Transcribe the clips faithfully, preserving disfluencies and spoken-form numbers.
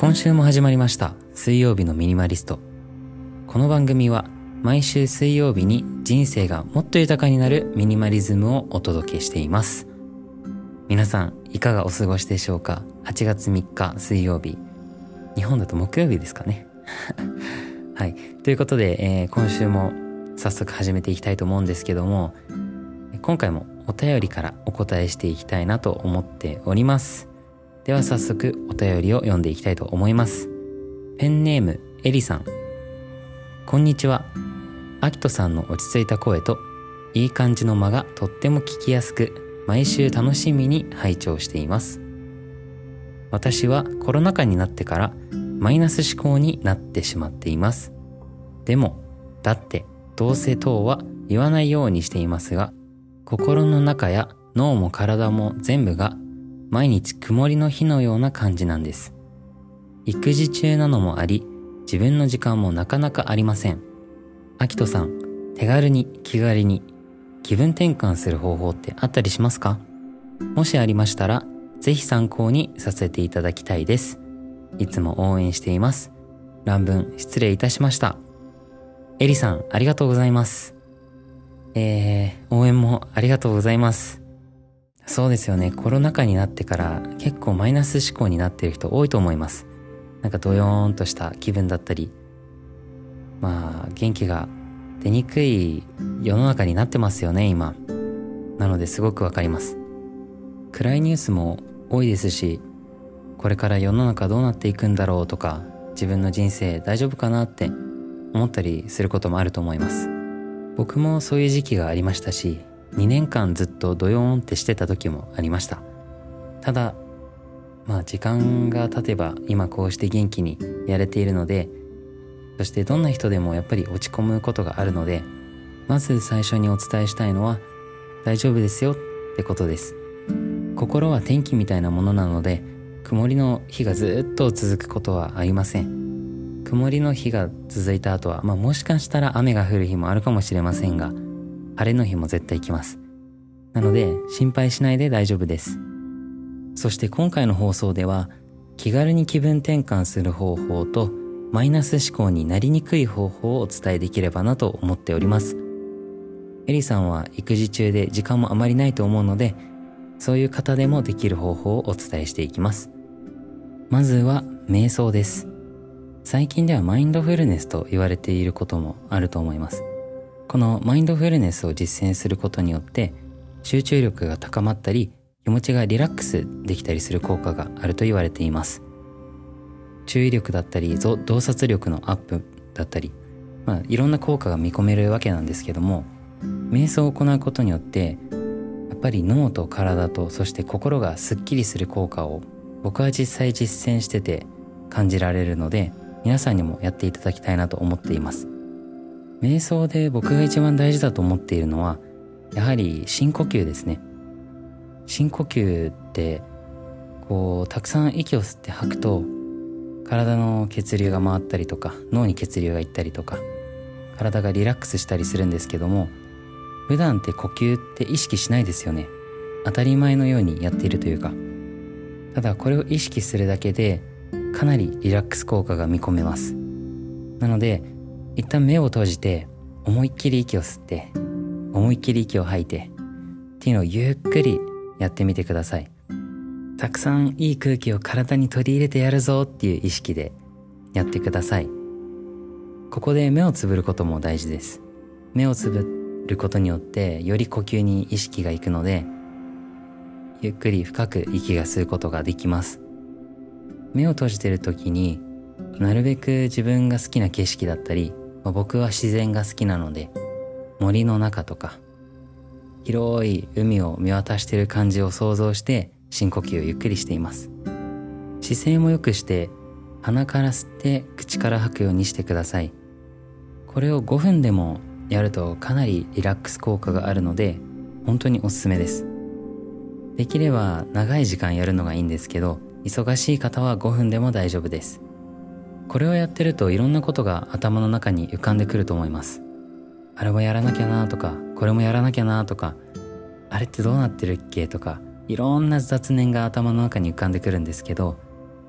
今週も始まりました水曜日のミニマリスト。この番組は毎週水曜日に人生がもっと豊かになるミニマリズムをお届けしています。皆さんいかがお過ごしでしょうか。はちがつみっか水曜日、日本だと木曜日ですかねはい、ということで、えー、今週も早速始めていきたいと思うんですけども、今回もお便りからお答えしていきたいなと思っております。では早速お便りを読んでいきたいと思います。ペンネームエリさん、こんにちは。アキトさんの落ち着いた声といい感じの間がとっても聞きやすく、毎週楽しみに拝聴しています。私はコロナ禍になってからマイナス思考になってしまっています。でもだってどうせ等は言わないようにしていますが、心の中や脳も体も全部が毎日曇りの日のような感じなんです。育児中なのもあり、自分の時間もなかなかありません。アキトさん、手軽に気軽に気分転換する方法ってあったりしますか？もしありましたら、ぜひ参考にさせていただきたいです。いつも応援しています。乱文失礼いたしました。エリさん、ありがとうございます。えー、応援もありがとうございます。そうですよね。コロナ禍になってから結構マイナス思考になっている人多いと思います。なんかドヨーンとした気分だったり、まあ元気が出にくい世の中になってますよね、今。なのですごくわかります。暗いニュースも多いですし、これから世の中どうなっていくんだろうとか、自分の人生大丈夫かなって思ったりすることもあると思います。僕もそういう時期がありましたし、にねんかんずっとドヨーンってしてた時もありました。ただまあ時間が経てば今こうして元気にやれているので、そしてどんな人でもやっぱり落ち込むことがあるので、まず最初にお伝えしたいのは大丈夫ですよってことです。心は天気みたいなものなので、曇りの日がずっと続くことはありません。曇りの日が続いた後は、まあもしかしたら雨が降る日もあるかもしれませんが、晴れの日も絶対来ます。なので心配しないで大丈夫です。そして今回の放送では、気軽に気分転換する方法とマイナス思考になりにくい方法をお伝えできればなと思っております。エリさんは育児中で時間もあまりないと思うので、そういう方でもできる方法をお伝えしていきます。まずは瞑想です。最近ではマインドフルネスと言われていることもあると思います。このマインドフルネスを実践することによって集中力が高まったり、気持ちがリラックスできたりする効果があると言われています。注意力だったり洞察力のアップだったり、まあ、いろんな効果が見込めるわけなんですけども、瞑想を行うことによってやっぱり脳と体とそして心がすっきりする効果を僕は実際実践してて感じられるので、皆さんにもやっていただきたいなと思っています。瞑想で僕が一番大事だと思っているのは、やはり深呼吸ですね。深呼吸ってこうたくさん息を吸って吐くと、体の血流が回ったりとか、脳に血流がいったりとか、体がリラックスしたりするんですけども、普段って呼吸って意識しないですよね。当たり前のようにやっているというか。ただこれを意識するだけでかなりリラックス効果が見込めます。なので一旦目を閉じて思いっきり息を吸って思いっきり息を吐いてっていうのをゆっくりやってみてください。たくさんいい空気を体に取り入れてやるぞっていう意識でやってください。ここで目をつぶることも大事です。目をつぶることによってより呼吸に意識がいくので、ゆっくり深く息が吸うことができます。目を閉じている時になるべく自分が好きな景色だったり、まあ、僕は自然が好きなので森の中とか広い海を見渡している感じを想像して深呼吸をゆっくりしています。姿勢も良くして鼻から吸って口から吐くようにしてください。これをごふんでもやるとかなりリラックス効果があるので本当におすすめです。できれば長い時間やるのがいいんですけど、忙しい方はごふんでも大丈夫です。これをやってるといろんなことが頭の中に浮かんでくると思います。あれもやらなきゃなとか、これもやらなきゃなとか、あれってどうなってるっけとか、いろんな雑念が頭の中に浮かんでくるんですけど、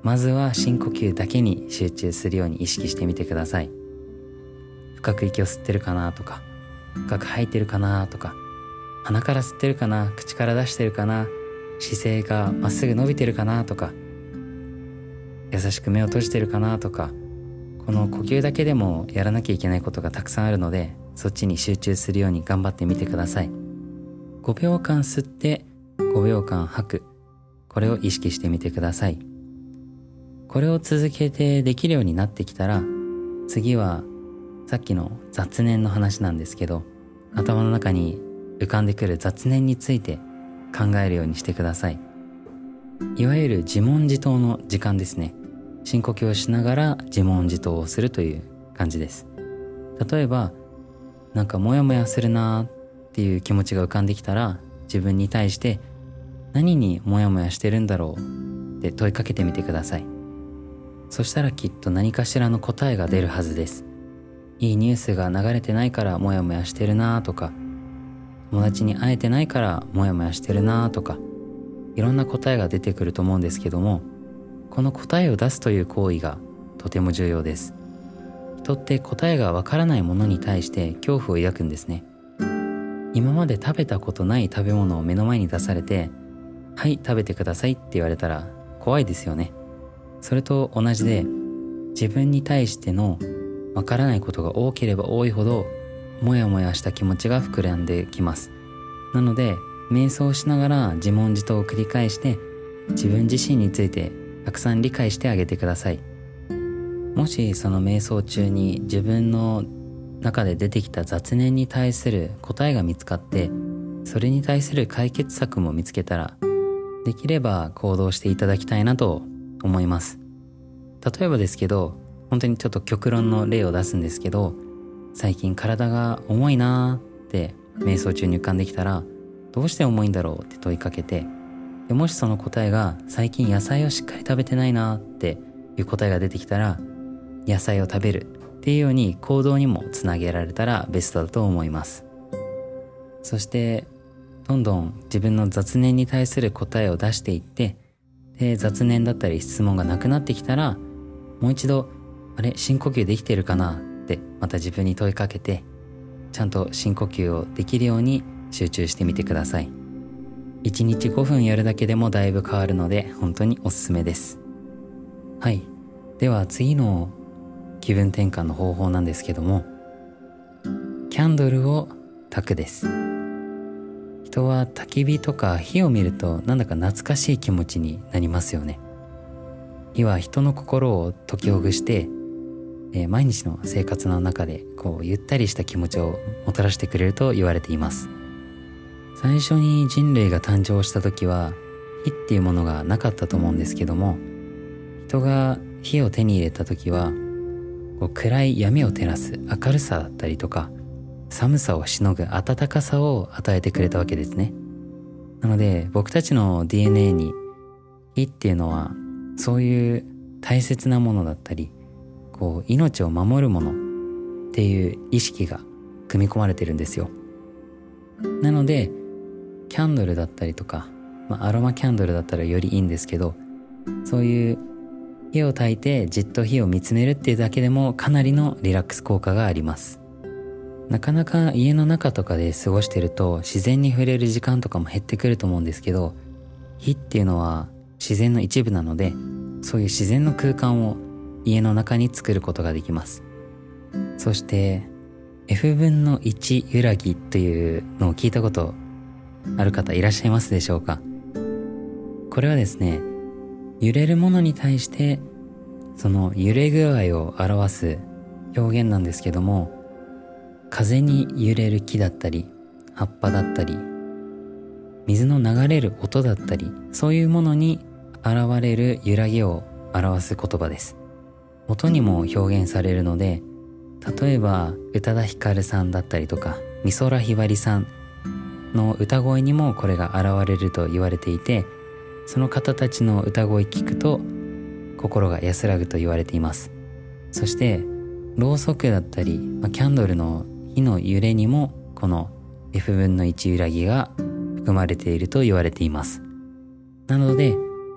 まずは深呼吸だけに集中するように意識してみてください。深く息を吸ってるかなとか、深く吐いてるかなとか、鼻から吸ってるかな、口から出してるかな、姿勢がまっすぐ伸びてるかなとか、優しく目を閉じてるかなとか、この呼吸だけでもやらなきゃいけないことがたくさんあるので、そっちに集中するように頑張ってみてください。ごびょうかん吸ってごびょうかん吐く、これを意識してみてください。これを続けてできるようになってきたら、次はさっきの雑念の話なんですけど、頭の中に浮かんでくる雑念について考えるようにしてください。いわゆる自問自答の時間ですね。深呼吸をしながら自問自答をするという感じです。例えば、なんかモヤモヤするなーっていう気持ちが浮かんできたら、自分に対して何にモヤモヤしてるんだろうって問いかけてみてください。そしたらきっと何かしらの答えが出るはずです。いいニュースが流れてないからモヤモヤしてるなーとか、友達に会えてないからモヤモヤしてるなーとか、いろんな答えが出てくると思うんですけども、この答えを出すという行為がとても重要です。人って答えがわからないものに対して恐怖を抱くんですね。今まで食べたことない食べ物を目の前に出されて、はい、食べてくださいって言われたら怖いですよね。それと同じで、自分に対してのわからないことが多ければ多いほど、もやもやした気持ちが膨らんできます。なので、瞑想しながら自問自答を繰り返して、自分自身についてたくさん理解してあげてください。もしその瞑想中に自分の中で出てきた雑念に対する答えが見つかって、それに対する解決策も見つけたら、できれば行動していただきたいなと思います。例えばですけど、本当にちょっと極論の例を出すんですけど、最近体が重いなーって瞑想中に浮かんできたら、どうして重いんだろうって問いかけて、でもしその答えが最近野菜をしっかり食べてないなーっていう答えが出てきたら、野菜を食べるっていうように行動にもつなげられたらベストだと思います。そしてどんどん自分の雑念に対する答えを出していって、で雑念だったり質問がなくなってきたら、もう一度あれ深呼吸できてるかなってまた自分に問いかけて、ちゃんと深呼吸をできるように集中してみてください。いちにちごふんやるだけでもだいぶ変わるので、本当におすすめです。はい、では次の気分転換の方法なんですけども、キャンドルを焚くです。人は焚き火とか火を見るとなんだか懐かしい気持ちになりますよね。火は人の心を解きほぐして、えー、毎日の生活の中でこうゆったりした気持ちをもたらしてくれると言われています。最初に人類が誕生した時は火っていうものがなかったと思うんですけども、人が火を手に入れた時はこう暗い闇を照らす明るさだったりとか、寒さをしのぐ暖かさを与えてくれたわけですね。なので僕たちの ディーエヌエー に火っていうのはそういう大切なものだったり、こう命を守るものっていう意識が組み込まれてるんですよ。なのでキャンドルだったりとか、まあ、アロマキャンドルだったらよりいいんですけど、そういう火を焚いてじっと火を見つめるっていうだけでもかなりのリラックス効果があります。なかなか家の中とかで過ごしてると自然に触れる時間とかも減ってくると思うんですけど、火っていうのは自然の一部なので、そういう自然の空間を家の中に作ることができます。そして エフぶんのいち 揺らぎというのを聞いたことある方いらっしゃいますでしょうか。これはですね、揺れるものに対してその揺れ具合を表す表現なんですけども、風に揺れる木だったり葉っぱだったり水の流れる音だったり、そういうものに現れる揺らぎを表す言葉です。音にも表現されるので、例えば宇多田ヒカルさんだったりとか美空ひばりさんの歌声にもこれが現れると言われていて、その方たちの歌声聞くと心が安らぐと言われています。そしてろうそくだったり、まあ、キャンドルの火の揺れにもこの エフぶんのいち 揺らぎが含まれていると言われています。なので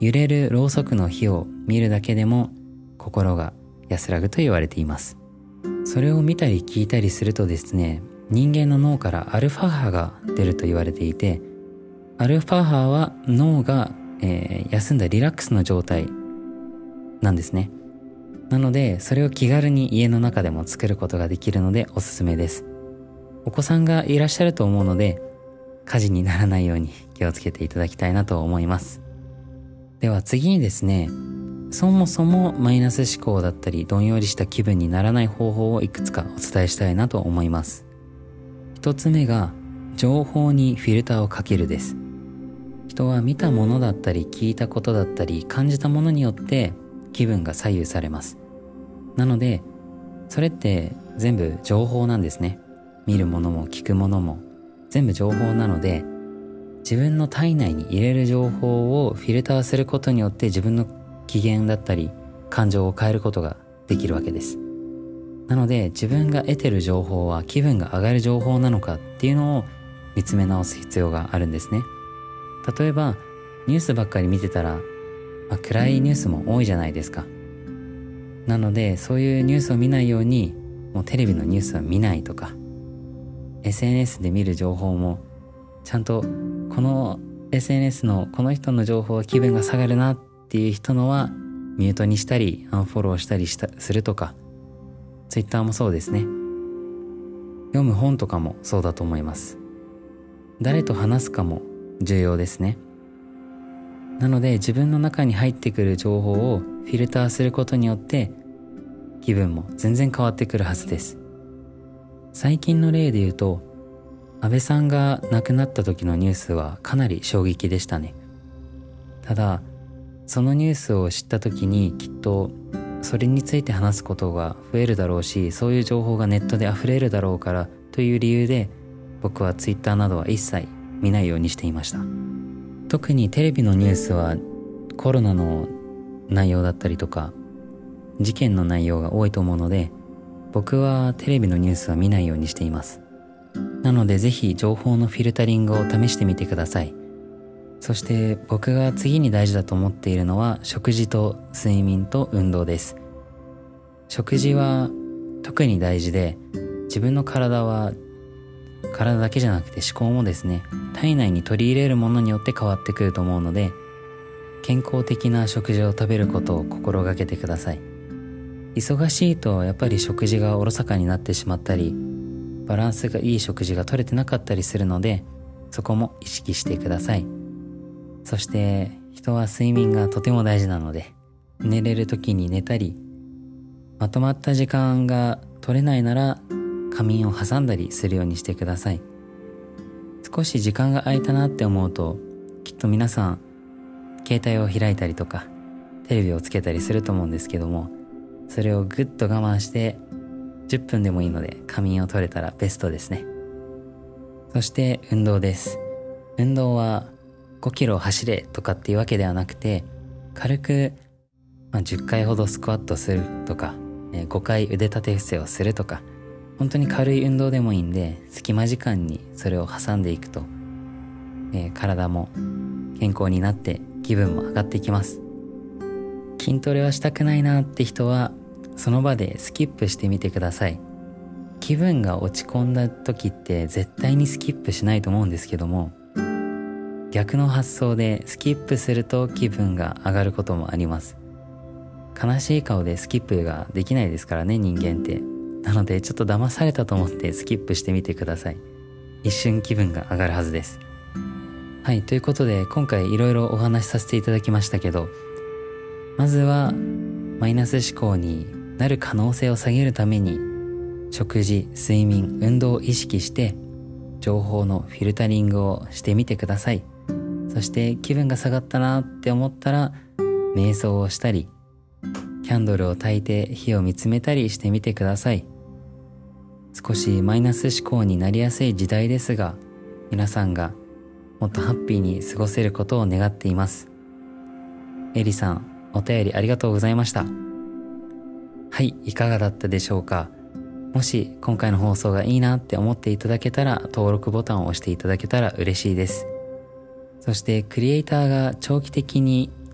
揺れるろうそくの火を見るだけでも心が安らぐと言われています。それを見たり聞いたりするとですね、人間の脳からアルファ波が出ると言われていて、アルファ波は脳が、えー、休んだリラックスの状態なんですね。なのでそれを気軽に家の中でも作ることができるのでおすすめです。お子さんがいらっしゃると思うので火事にならないように気をつけていただきたいなと思います。では次にですね、そもそもマイナス思考だったりどんよりした気分にならない方法をいくつかお伝えしたいなと思います。一つ目が情報にフィルターをかけるです。人は見たものだったり聞いたことだったり感じたものによって気分が左右されます。なのでそれって全部情報なんですね。見るものも聞くものも全部情報なので、自分の体内に入れる情報をフィルターすることによって自分の機嫌だったり感情を変えることができるわけです。なので自分が得てる情報は気分が上がる情報なのかっていうのを見つめ直す必要があるんですね。例えばニュースばっかり見てたら、まあ、暗いニュースも多いじゃないですか。なのでそういうニュースを見ないようにもうテレビのニュースを見ないとか、 エスエヌエス で見る情報もちゃんとこの エスエヌエス のこの人の情報は気分が下がるなっていう人のはミュートにしたりアンフォローしたりしたするとか、ツイッターもそうですね。読む本とかもそうだと思います。誰と話すかも重要ですね。なので自分の中に入ってくる情報をフィルターすることによって気分も全然変わってくるはずです。最近の例で言うと、安倍さんが亡くなった時のニュースはかなり衝撃でしたね。ただそのニュースを知った時にきっとそれについて話すことが増えるだろうし、そういう情報がネットで溢れるだろうからという理由で僕はツイッターなどは一切見ないようにしていました。特にテレビのニュースはコロナの内容だったりとか事件の内容が多いと思うので、僕はテレビのニュースは見ないようにしています。なのでぜひ情報のフィルタリングを試してみてください。そして僕が次に大事だと思っているのは食事と睡眠と運動です。食事は特に大事で、自分の体は体だけじゃなくて思考もですね、体内に取り入れるものによって変わってくると思うので、健康的な食事を食べることを心がけてください。忙しいとやっぱり食事がおろそかになってしまったり、バランスがいい食事が取れてなかったりするので、そこも意識してください。そして人は睡眠がとても大事なので、寝れる時に寝たり、まとまった時間が取れないなら仮眠を挟んだりするようにしてください。少し時間が空いたなって思うと、きっと皆さん携帯を開いたりとかテレビをつけたりすると思うんですけども、それをぐっと我慢してじゅっぷんでもいいので仮眠を取れたらベストですね。そして運動です。運動はごキロ走れとかっていうわけではなくて、軽く、まあ、じゅっかいほどスクワットするとか、えー、ごかい腕立て伏せをするとか、本当に軽い運動でもいいんで、隙間時間にそれを挟んでいくと、えー、体も健康になって気分も上がっていきます。筋トレはしたくないなって人はその場でスキップしてみてください。気分が落ち込んだ時って絶対にスキップしないと思うんですけども、逆の発想でスキップすると気分が上がることもあります。悲しい顔でスキップができないですからね、人間って。なのでちょっと騙されたと思ってスキップしてみてください。一瞬気分が上がるはずです。はい、ということで今回いろいろお話しさせていただきましたけど、まずはマイナス思考になる可能性を下げるために食事、睡眠、運動を意識して情報のフィルタリングをしてみてください。そして気分が下がったなって思ったら瞑想をしたり、キャンドルを焚いて火を見つめたりしてみてください。少しマイナス思考になりやすい時代ですが、皆さんがもっとハッピーに過ごせることを願っています。エリさん、お便りありがとうございました。はい、いかがだったでしょうか。もし今回の放送がいいなって思っていただけたら登録ボタンを押していただけたら嬉しいです。そしてクリエイターが長期的に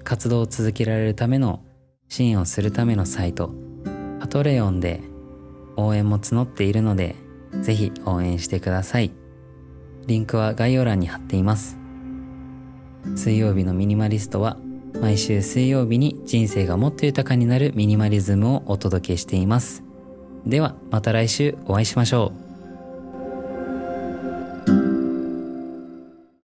活動を続けられるための支援をするためのサイト、パトレオンで応援も募っているので、ぜひ応援してください。リンクは概要欄に貼っています。水曜日のミニマリストは毎週水曜日に人生がもっと豊かになるミニマリズムをお届けしています。ではまた来週お会いしましょう。